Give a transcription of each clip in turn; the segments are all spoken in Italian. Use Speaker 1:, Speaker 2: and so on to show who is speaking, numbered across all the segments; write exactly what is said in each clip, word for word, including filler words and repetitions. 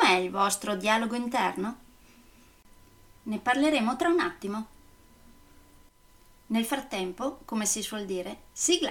Speaker 1: Com'è il vostro dialogo interno? Ne parleremo tra un attimo. Nel frattempo, come si suol dire, sigla!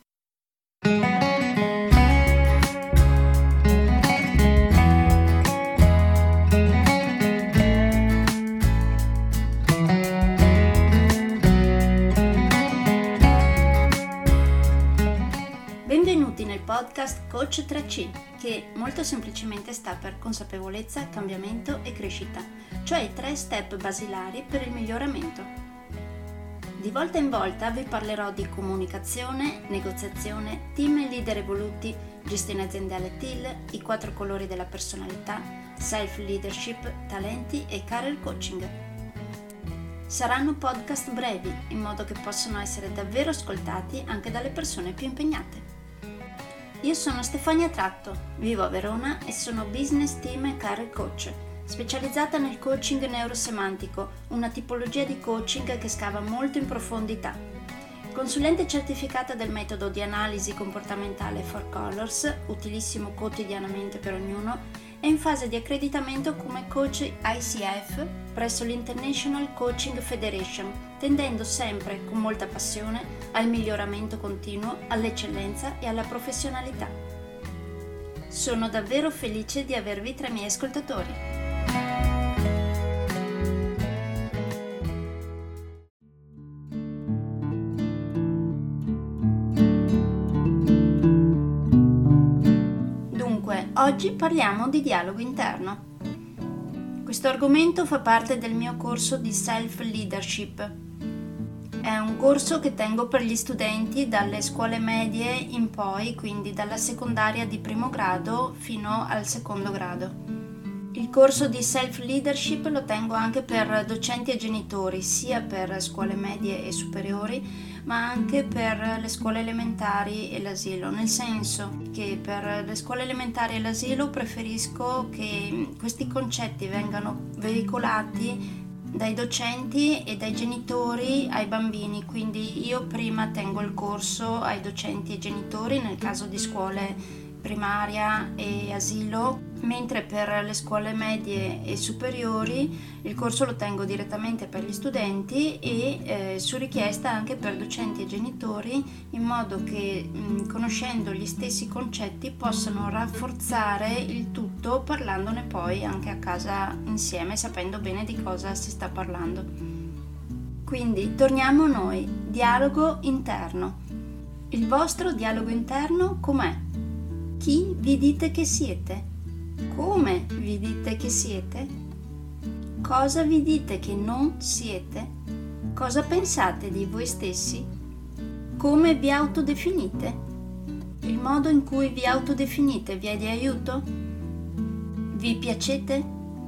Speaker 1: Benvenuti nel podcast Coach tre C, che molto semplicemente sta per consapevolezza, cambiamento e crescita, cioè i tre step basilari per il miglioramento. Di volta in volta vi parlerò di comunicazione, negoziazione, team e leader evoluti, gestione aziendale T I L, i quattro colori della personalità, self-leadership, talenti e career coaching. Saranno podcast brevi, in modo che possano essere davvero ascoltati anche dalle persone più impegnate. Io sono Stefania Tratto, vivo a Verona e sono business team e career coach, specializzata nel coaching neurosemantico, una tipologia di coaching che scava molto in profondità. Consulente certificata del metodo di analisi comportamentale Four Colors, utilissimo quotidianamente per ognuno, è in fase di accreditamento come coach I C F presso l'International Coaching Federation, tendendo sempre con molta passione al miglioramento continuo, all'eccellenza e alla professionalità. Sono davvero felice di avervi tra i miei ascoltatori. Oggi parliamo di dialogo interno. Questo argomento fa parte del mio corso di self-leadership. È un corso che tengo per gli studenti dalle scuole medie in poi, quindi dalla secondaria di primo grado fino al secondo grado. Il corso di self-leadership lo tengo anche per docenti e genitori, sia per scuole medie e superiori, ma anche per le scuole elementari e l'asilo, nel senso che per le scuole elementari e l'asilo preferisco che questi concetti vengano veicolati dai docenti e dai genitori ai bambini, quindi io prima tengo il corso ai docenti e genitori nel caso di scuole primaria e asilo, mentre per le scuole medie e superiori il corso lo tengo direttamente per gli studenti e eh, su richiesta anche per docenti e genitori, in modo che mh, conoscendo gli stessi concetti possano rafforzare il tutto parlandone poi anche a casa insieme, sapendo bene di cosa si sta parlando. Quindi torniamo a noi, dialogo interno. Il vostro dialogo interno com'è? Chi vi dite che siete? Come vi dite che siete? Cosa vi dite che non siete? Cosa pensate di voi stessi? Come vi autodefinite? Il modo in cui vi autodefinite vi è di aiuto? Vi piacete?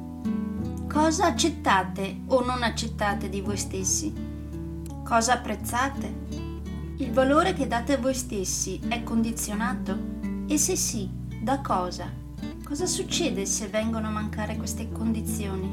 Speaker 1: Cosa accettate o non accettate di voi stessi? Cosa apprezzate? Il valore che date a voi stessi è condizionato? E se sì, da cosa? Cosa succede se vengono a mancare queste condizioni?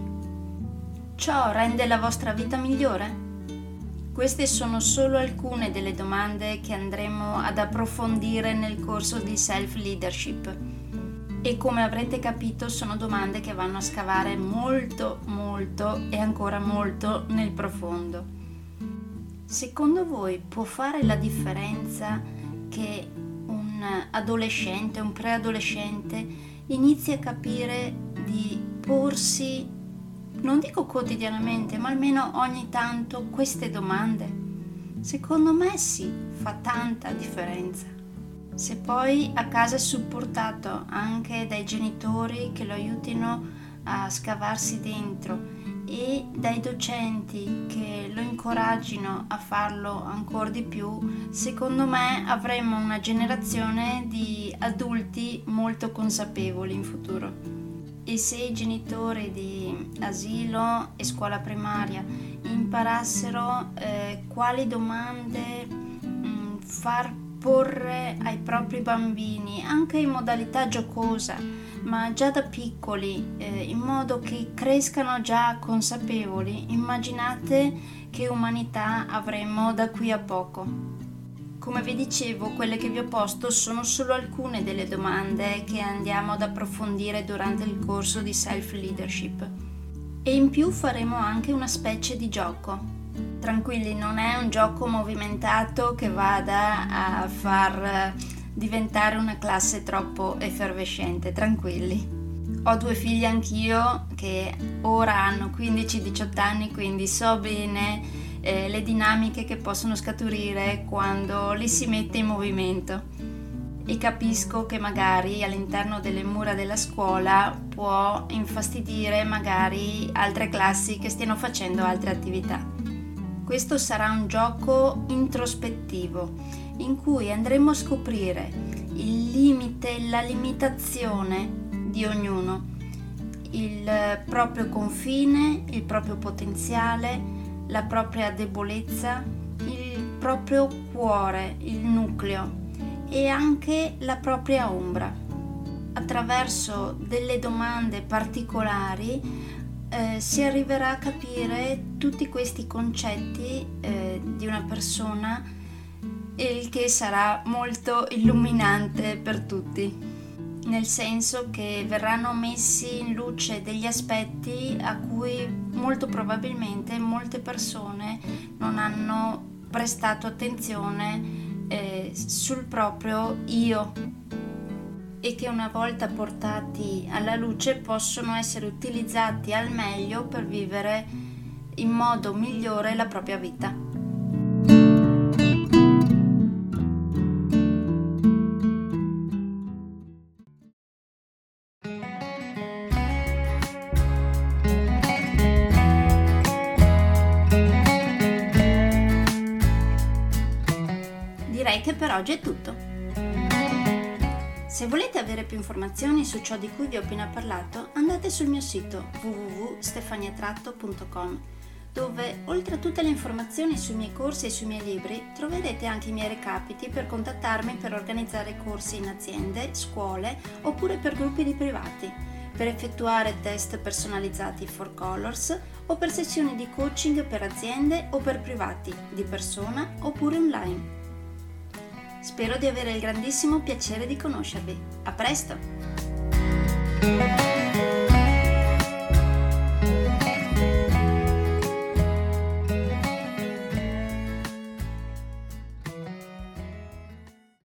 Speaker 1: Ciò rende la vostra vita migliore? Queste sono solo alcune delle domande che andremo ad approfondire nel corso di self-leadership. E come avrete capito sono domande che vanno a scavare molto, molto e ancora molto nel profondo. Secondo voi può fare la differenza che un adolescente, un preadolescente inizi a capire di porsi, non dico quotidianamente, ma almeno ogni tanto queste domande? Secondo me sì, fa tanta differenza. Se poi a casa è supportato anche dai genitori che lo aiutino a scavarsi dentro e dai docenti che lo incoraggino a farlo ancora di più, secondo me avremo una generazione di adulti molto consapevoli in futuro. E se i genitori di asilo e scuola primaria imparassero eh, quali domande mh, far porre ai propri bambini, anche in modalità giocosa, ma già da piccoli, eh, in modo che crescano già consapevoli, immaginate che umanità avremo da qui a poco. Come vi dicevo, quelle che vi ho posto sono solo alcune delle domande che andiamo ad approfondire durante il corso di Self Leadership. E in più faremo anche una specie di gioco. Tranquilli, non è un gioco movimentato che vada a far diventare una classe troppo effervescente, tranquilli. Ho due figli anch'io che ora hanno quindici diciotto anni, quindi so bene eh, le dinamiche che possono scaturire quando li si mette in movimento e capisco che magari all'interno delle mura della scuola può infastidire magari altre classi che stiano facendo altre attività. Questo sarà un gioco introspettivo in cui andremo a scoprire il limite, la limitazione di ognuno, il proprio confine, il proprio potenziale, la propria debolezza, il proprio cuore, il nucleo e anche la propria ombra. Attraverso delle domande particolari eh, si arriverà a capire tutti questi concetti eh, di una persona, il che sarà molto illuminante per tutti. Nel senso che verranno messi in luce degli aspetti a cui molto probabilmente molte persone non hanno prestato attenzione eh, sul proprio io e che una volta portati alla luce possono essere utilizzati al meglio per vivere in modo migliore la propria vita. Direi che per oggi è tutto. Se volete avere più informazioni su ciò di cui vi ho appena parlato, andate sul mio sito w w w punto stefania tratto punto com, dove oltre a tutte le informazioni sui miei corsi e sui miei libri troverete anche i miei recapiti per contattarmi per organizzare corsi in aziende, scuole oppure per gruppi di privati, per effettuare test personalizzati for Colors o per sessioni di coaching per aziende o per privati, di persona oppure online. Spero di avere il grandissimo piacere di conoscervi. A presto!